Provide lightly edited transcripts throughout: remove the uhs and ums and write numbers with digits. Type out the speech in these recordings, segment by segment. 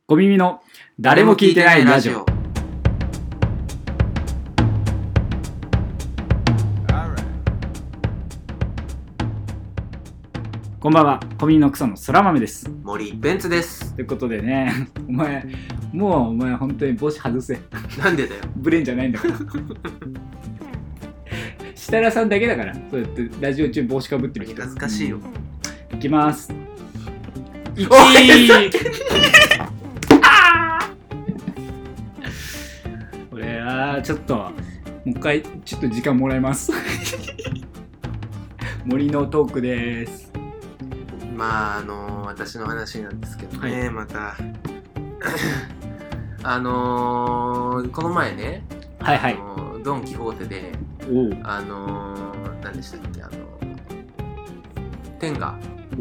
小耳の誰も聞いてないラジオ。こんばんは、小耳の草のそら豆です。 森ベンツです。 ということでね、お前本当に帽子外せ。 なんでだよ。 ブレんじゃないんだから。設楽さんだけだから、そうやってラジオ中帽子かぶってる人。 恥ずかしいよ。 いきます。1これはちょっともう一回ちょっと時間もらいます。森のトークです。 まあ私の話なんですけどね、はい、またこの前ね、 はいはい、 ドン・キホーテで何でしたっけ、テンガ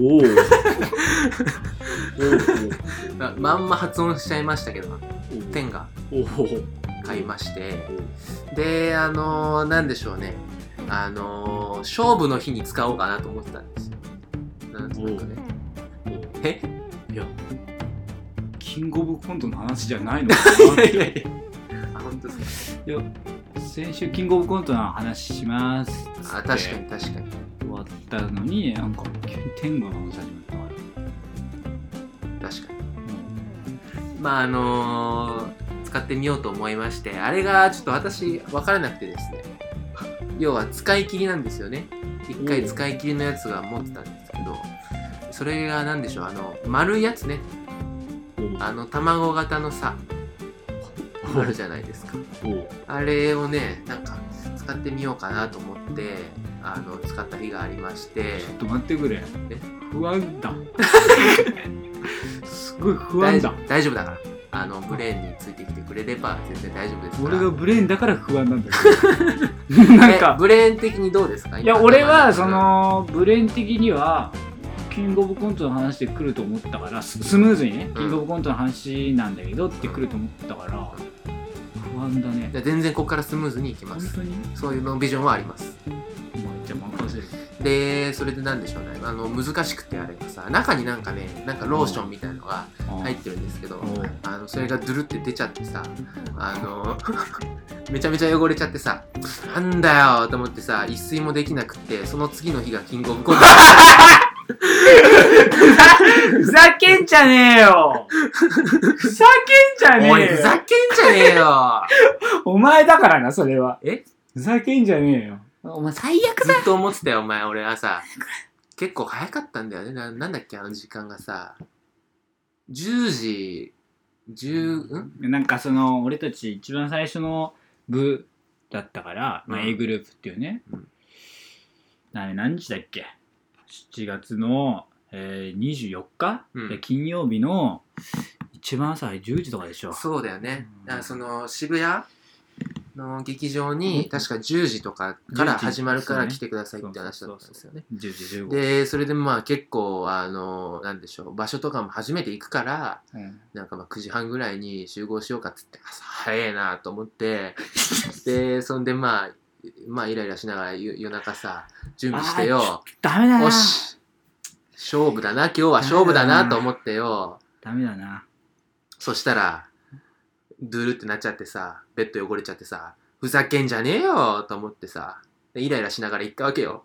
まんま発音しちゃいましたけど、テンガ買いまして、でなんでしょうね、勝負の日に使おうかなと思ってたんですよ。なんかね、 いや、キングオブコントの話じゃないのかな。いやあ、本当ですか。 いや、先週キングオブコントの話しますっつって、 あ、確かに終わったのに、なんか急に天狗の話始まったから。 確かに、まあ使ってみようと思いまして、あれがちょっと私分からなくてですね、要は使い切りなんですよね。一回使い切りのやつが持ってたんですけど、それが何でしょう、丸いやつね、卵型のさあるじゃないですか。あれをね、なんか使ってみようかなと思って使った日がありまして。 ちょっと待ってくれ。不安だ。すごい不安だ。 大丈夫だから、ブレーンについてきてくれれば全然大丈夫ですから。 俺がブレーンだから不安なんだけど。なんかブレーン的にどうですか？ いや、俺はそのブレーン的にはキングオブコントの話で来ると思ったから、スムーズにね、キングオブコントの話なんだけどって来ると思ったから、不安だね。 全然ここからスムーズにいきます。 本当に？ そういうのビジョンはあります。 じゃあ任せる。 で、それでなんでしょうね、難しくて、あれがさ、中になんかね、なんかローションみたいなのが入ってるんですけど、それがドゥルって出ちゃってさ、めちゃめちゃ汚れちゃってさ、なんだよと思ってさ、一睡もできなくって、その次の日がキングオブコント。 ふざけんじゃねえよ。ふざけんじゃねえよ。 おい、ふざけんじゃねえよ。 お前だからな、それは。 ふざけんじゃねえよ。お前最悪だ。 ずっと思ってたよ、お前。俺はさ、結構早かったんだよね。なんだっけ、時間がさ、10時、 なんかその、俺たち一番最初の部だったから、A グループっていうね。何日だっけ？ 7 月の、24日、金曜日の一番朝10時とかでしょ。 そうだよね。その渋谷の劇場に確か10時とかから始まるから来てくださいって話だったんですよね。 10時15 で、それでまあ結構なんでしょう、場所とかも初めて行くから、なんかまあ9時半ぐらいに集合しようかっつって、朝早いなと思って、で、そんでまあイライラしながら夜中さ準備してよ。 ダメだな。 よし、勝負だな、今日は勝負だなと思ってよ。 ダメだな。 そしたらドゥルってなっちゃってさ、ベッド汚れちゃってさ、ふざけんじゃねえよと思ってさ、イライラしながら行ったわけよ。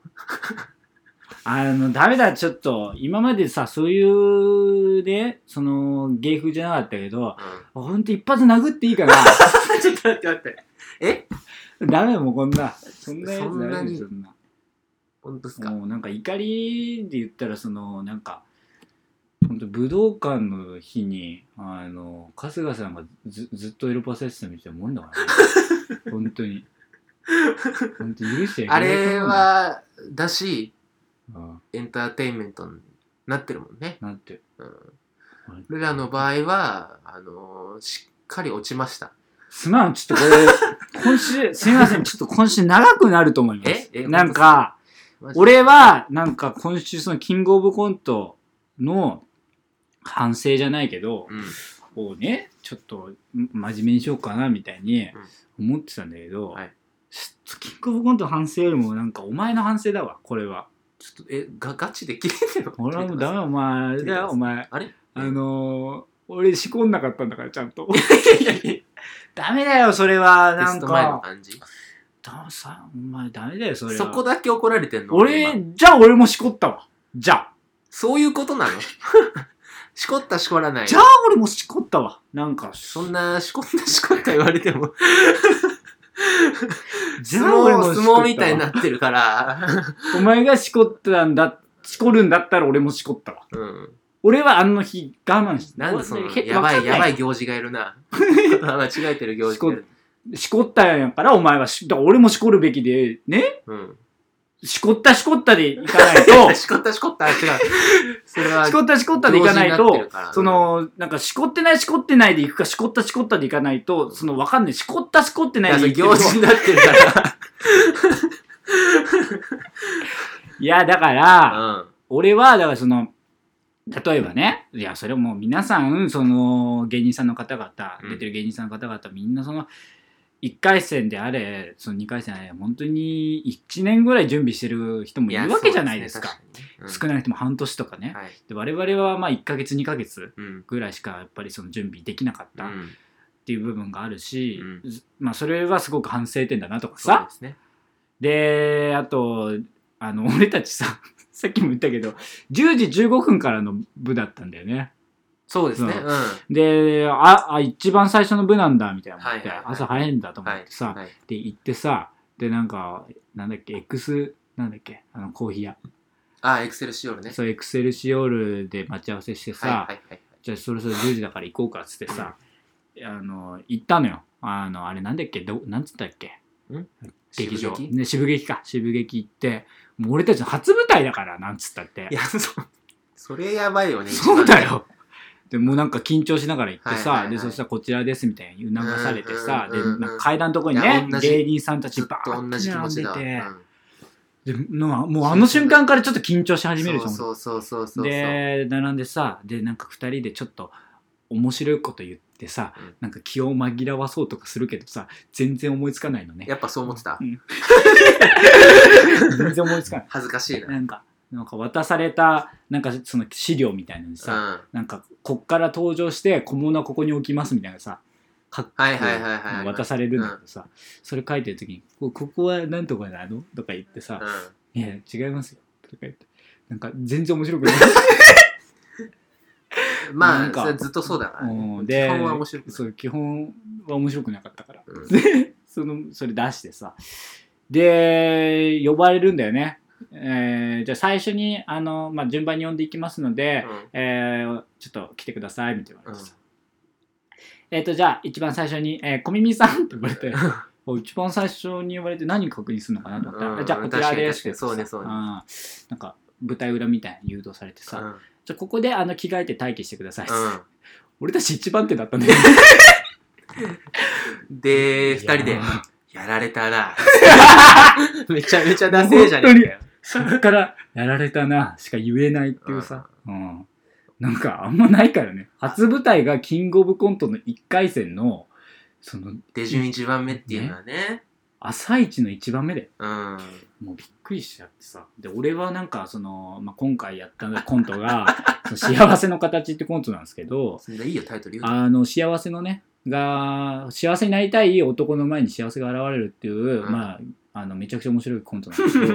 ダメだ、ちょっと今までさ、そういうね、その芸風じゃなかったけど、ほんと一発殴っていいから。 ちょっと待って。 ダメ、もうこんなそんなやつそんなに。 そんな。 本当っすか？ もうなんか怒りで言ったら、そのなんか本当武道館の日に春日さんがずっとエロパされてたみたいなもんだからね。本当に許してあれはだし、エンターテインメントになってるもんね。 なってる。 俺らの場合はしっかり落ちました。 すまん、ちょっとこれ今週すみません、ちょっと今週長くなると思います。なんか俺はなんか今週そのキングオブコントの反省じゃないけど、をね、ちょっと真面目にしようかなみたいに思ってたんだけど、キングオブコントの反省よりもなんかお前の反省だわ、これは。 ちょっとガチで切れてるの？ 俺はもうダメ、お前あれだよ、お前。 あれ？ 俺仕込んなかったんだからちゃんとダメだよそれはなんテスト前のか感じ。 お前ダメだよそれは。 そこだけ怒られてんの？ じゃあ俺もしこったわ。じゃあそういうことなの？しこったしこらない。 じゃあ俺もしこったわ。なんかそんなしこった言われてもじゃあ俺もしこったわ。 相撲みたいになってるからお前がしこるんだったら俺もしこったわ。 うん。 俺はあの日我慢して。 なんでそのやばい行事がいるな。間違えてる行事がいる。 しこったんやからお前はだから俺もしこるべきでね。 うん。 しこったでいかないとしこった違う。それはしこったでいかないと、そのなんかしこってないでいくかしこったでいかないと、そのわかんないしこってないでいく行事になってるからいやだから、 うん、 俺はだからその例えばね、いやそれも皆さんその芸人さんの方々、出てる芸人さんの方々みんなその1回戦であれその2回戦であれ本当に1年ぐらい準備してる人もいるわけじゃないですか。少なくとも半年とかね、はい、で我々はまあ1ヶ月2ヶ月ぐらいしかやっぱりその準備できなかったっていう部分があるし、まあそれはすごく反省点だなとかさ。 そうですね。 であと俺たちささっきも言ったけど10時15分からの部だったんだよね。 そうですね。 で一番最初の部なんだみたいな思って、朝早いんだと思ってさ、で行ってさ、でなんだっけコーヒー屋、 エクセルシオールね。 そうエクセルシオールで待ち合わせしてさ、じゃあそろそろ10時だから行こうかっつってさ、行ったのよ。あれなんだっけなんつったっけ、劇場ね、渋劇行って、もう俺たちの初舞台だからなんつったって。 いやそれやばいよね。 そうだよ。でもうなんか緊張しながら行ってさ、でそしたらこちらですみたいに促されてさ、でなんか階段のとこにね芸人さんたちバーッと並んでて、でもうあの瞬間からちょっと緊張し始めるじゃん。 そうで並んでさ、でなんか2人でちょっと面白いこと言ってさ、なんか気を紛らわそうとかするけどさ、全然思いつかないのね。 やっぱそう思ってた。 全然思いつかない。 恥ずかしいな。 なんか渡されたなんかその資料みたいなのにさ、なんかこっから登場して小物はここに置きますみたいなさ、渡されるんだけどさ、それ書いてる時にここはなんとかなのとか言ってさ、いや違いますよとか言って、なんか全然面白くないまあなんかそれずっとそうだからね。基本は面白くない。 そう基本は面白くなかったから、でそれ出してさ、で呼ばれるんだよね。じゃあ最初に順番に呼んでいきますので、ちょっと来てくださいみたいな言われてさ、じゃあ一番最初に小耳さんって言われて一番最初に呼ばれて何確認するのかなと思ったら、じゃあこちらですってそうねなんか舞台裏みたいに誘導されてさ、じゃあここで着替えて待機してください、俺たち一番手だったんだよで2人でやられたなめちゃめちゃダセーじゃねえかよ。 そっからやられたなしか言えないっていうさ、なんかあんまないからね。初舞台がキングオブコントの1回戦のその出順1番目っていうのはね、 朝一の1番目で、もうびっくりしちゃってさ、で俺はなんか今回やったコントが幸せの形ってコントなんですけど、 それでいいよタイトル言う。 幸せのねが幸せになりたい男の前に幸せが現れるっていう、めちゃくちゃ面白いコントなんですけ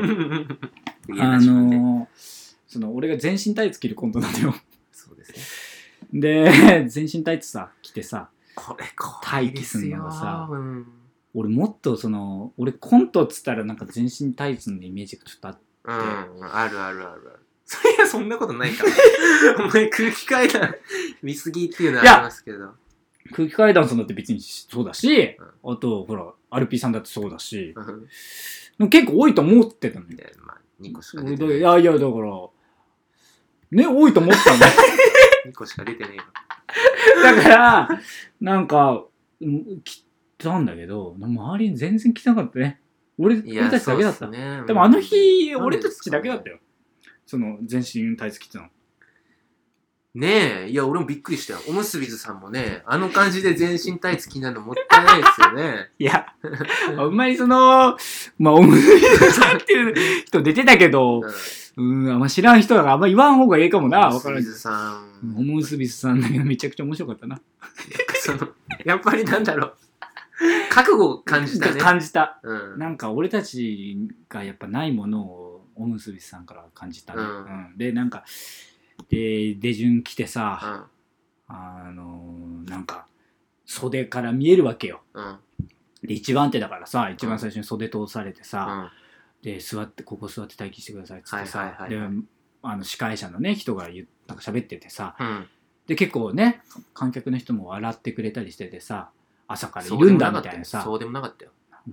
ど俺が全身タイツ着るコントなんだよ。 そうですね。で全身タイツさ着てさ、 これ待機するのがさ、俺もっと俺コントっつったらなんか全身タイツのイメージがちょっとあって、 あるそりゃそんなことないからお前空気階段見すぎっていうのはありますけど、 空気階段さんだって別にそうだし、あとほらアルピーさんだってそうだし、結構多いと思ってたのよ。 2個しか出てない。 いやだからね、多いと思ったんだよ 2個しか出てねえよ。 だからなんか来たんだけど、周りに全然来なかったね。俺たちだけだった。でもあの日俺たちだけだったよ。その全身タイツ着てたの。 ねえ、いや、俺もびっくりしたよ。おむすびずさんもね、あの感じで全身タイツ着なのもったいないですよね。 いや、あんまりその、まあ、おむすびさんっていう人出てたけど、あんま知らん人だからあんま言わん方がいいかもな。わからん。 おむすびずさん。 おむすびさんだけどめちゃくちゃ面白かったな。 その、やっぱりなんだろう。覚悟を感じたね。 感じた。 うん。 なんか俺たちがやっぱないものをおむすびさんから感じたね。で、なんか、出順来てさ、なんか、袖から見えるわけよ。で、一番手だからさ、一番最初に袖通されてさ、で、ここ座って待機してくださいっつってさ、で、司会者のね、人がなんか喋っててさ、で、結構ね、観客の人も笑ってくれたりしててさ、朝からいるんだみたいなさ。 そうでもなかったよ。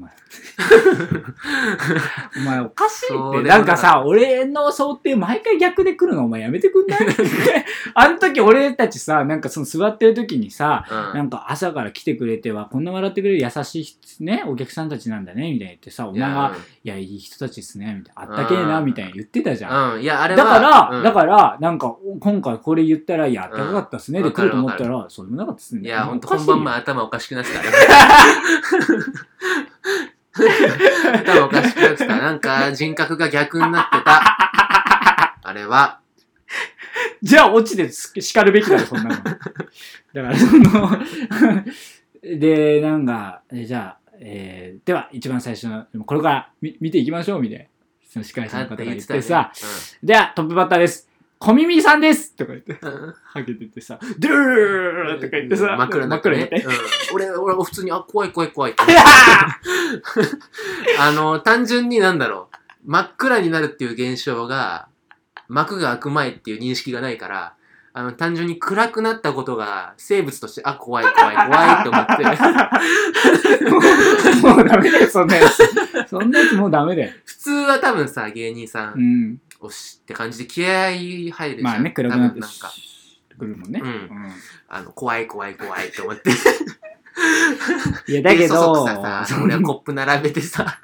お前おかしいって。なんかさ、俺の想定毎回逆で来るのお前やめてくんない？あの時俺たちさ、なんかその座ってる時にさ、なんか朝から来てくれてはこんな笑ってくれる優しいね、お客さんたちなんだね、みたいな言ってさ、お前が、いや、いい人たちですね、みたいな。あったけえな、みたいな言ってたじゃん。 いや、あれは。 だから、なんか、今回これ言ったら、いや、あったかかったっすね、で来ると思ったら、それもなかったっすね。 いや、ほんと本番前頭おかしくなってた。頭おかしくなってた。なんか人格が逆になってた。あれは。 じゃあ、オチで叱るべきだろ、そんなの。だから、で、なんか、じゃあ、では、一番最初の、これから見ていきましょう、みたいな。その司会者の方が言ってさ、では、トップバッターです。小耳さんですとか言って、はげててさ、ドゥーとか言ってさ、 真っ暗になってね。俺普通に、怖いって。単純になんだろう、真っ暗になるっていう現象が、幕が開く前っていう認識がないから、単純に暗くなったことが生物として、怖いって思って。 もうダメだよ、そんなやつ。そんなやつもうダメだよ。 普通は多分さ、芸人さん、おしって感じで気合い入るじゃん。 まあね、暗くなってくるもんね。 怖いって思って。 いや、だけど、 俺はコップ並べてさ、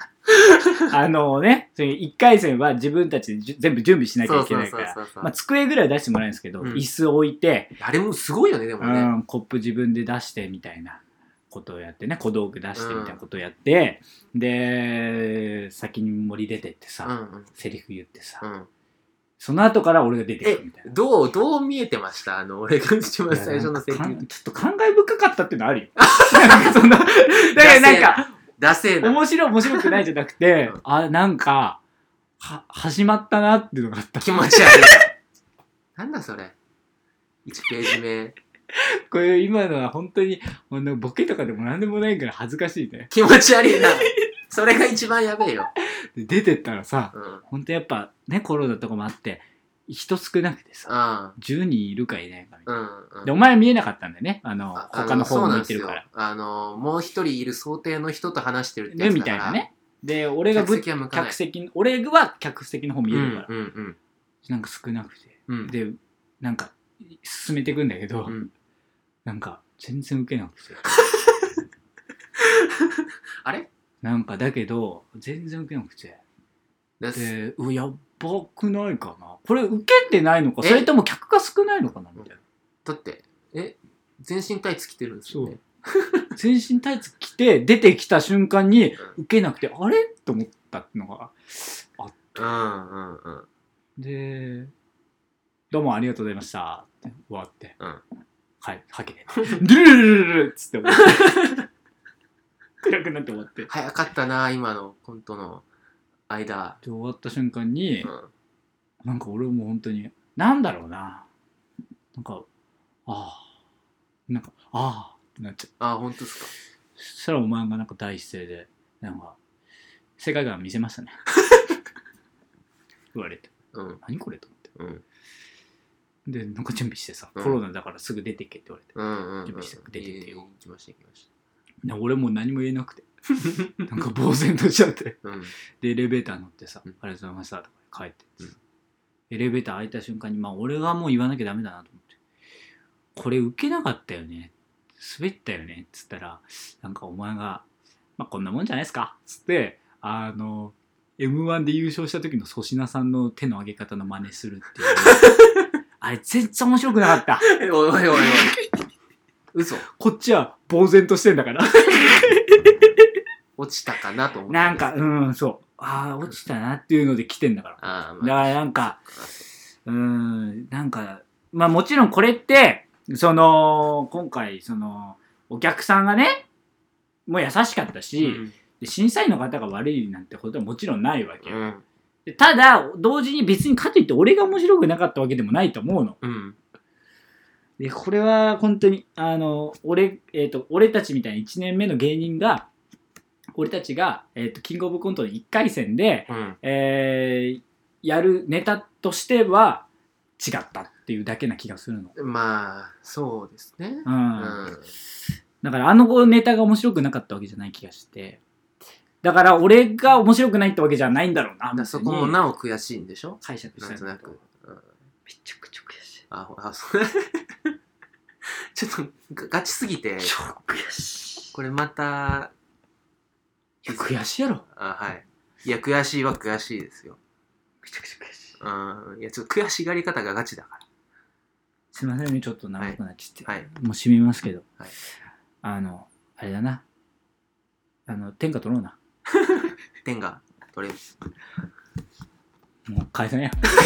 1回戦は自分たちで全部準備しなきゃいけないから、まあ机ぐらい出してもらえるんですけど、椅子置いて、 あれもすごいよね、でもね。 コップ自分で出してみたいなことをやってね、小道具出してみたいなことをやって、で、先に森出てってさ、セリフ言ってさ、その後から俺が出てくるみたいな。 どう見えてました？俺が一番最初のセリフ。 ちょっと感慨深かったっていうのあるよ。だからなんか、面白くないじゃなくて、なんか、始まったなっていうのがあった。 気持ち悪い。なんだそれ。1ページ目。 これ今のは本当に、ボケとかでも何でもないから恥ずかしいね。 気持ち悪いな。それが一番やべえよ。 で出てったらさ、本当やっぱね、コロナとかもあって、人少なくてさ、10人いるかいないかみたいな。で、お前見えなかったんだよね。他の方向いてるから。 もう一人いる想定の人と話してるってやつだから。 みたいなね。で、俺は客席の方見えるから。なんか少なくて。で、なんか、進めていくんだけど、なんか、全然ウケなくて。 あれ？ なんか、だけど、全然ウケなくて。で、やばくないかな。これ、ウケてないのか、それとも客が少ないのかなみたいな。 だって、全身タイツ着てるんですよね。 全身タイツ着て、出てきた瞬間に、ウケなくて、あれと思ったってのがあって。で、どうもありがとうございました。って終わって。はい、はけて。ドゥルルルルルっつって思って。暗くなって終わって。 早かったな、今のコントの間。 で、終わった瞬間に、なんか俺も本当に、なんだろうな。なんか、ってなっちゃった。 本当ですか。 そしたらお前がなんか第一声で、なんか、世界観見せましたね。言われて。何これと思って。で、なんか準備してさ、コロナだからすぐ出てけって言われて。準備して出てってよ。 行きました。 俺も何も言えなくて。なんか呆然としちゃって。で、エレベーター乗ってさ、ありがとうございましたとか帰って。エレベーター開いた瞬間に、俺がもう言わなきゃダメだなと思って。これ受けなかったよね。滑ったよね。つったら、なんかお前が、こんなもんじゃないですか。つって、M1 で優勝した時の粗品さんの手の上げ方の真似するっていう。 あれ全然面白くなかった。 おいおいおいおい。嘘。 こっちは呆然としてんだから。 落ちたかなと思って。 なんか、そう。ああ、落ちたなっていうので来てんだから。 あ、 だからなんか、なんか、まあもちろんこれって、今回、お客さんがね、もう優しかったし、で審査員の方が悪いなんてことはもちろんないわけよ。でただ、同時に別にかといって俺が面白くなかったわけでもないと思うの。で、これは本当に、俺たちみたいな1年目の芸人が、俺たちが、キングオブコントの1回戦で、やるネタとしては違ったっていうだけな気がするの。 まあ、そうですね。 だからネタが面白くなかったわけじゃない気がして。だから俺が面白くないってわけじゃないんだろうな。 だそこもなお悔しいんでしょ？ 解釈したなんとなく。 めちゃくちゃ悔しい。 そう。ちょっとガチすぎて。 超悔しい。 これまた。 いや悔しいやろ。 はい。いや悔しいは悔しいですよ。 めちゃくちゃ悔しい。 いやちょっと悔しがり方がガチだから。 すいませんね、ちょっと長くなっちゃって。 はい。 もう締めますけど。 はい。 あれだな。天下取ろうな。 天下取れる。 もう解散や。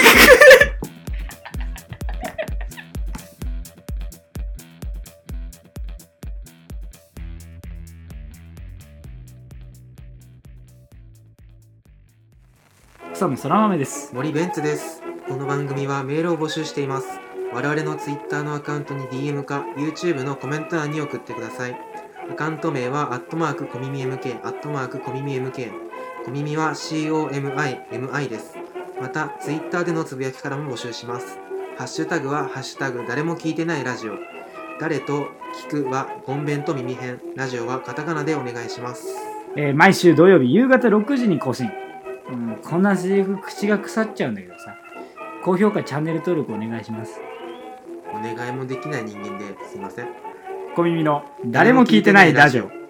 草野そら豆です。 森ベンツです。この番組はメールを募集しています。我々の Twitter のアカウントに DM か YouTube のコメント欄に送ってください。アカウント名は@コミミ MK @コミミ MK。コミミは COMIMI です。また Twitter でのつぶやきからも募集します。ハッシュタグはハッシュタグ誰も聞いてないラジオ。誰と聞くはゴンベンと耳編。ラジオはカタカナでお願いします。 毎週土曜日夕方6時に更新。こんなセリフ口が腐っちゃうんだけどさ、高評価チャンネル登録お願いします。 お願いもできない人間ですいません。 小耳の誰も聞いてないラジオ。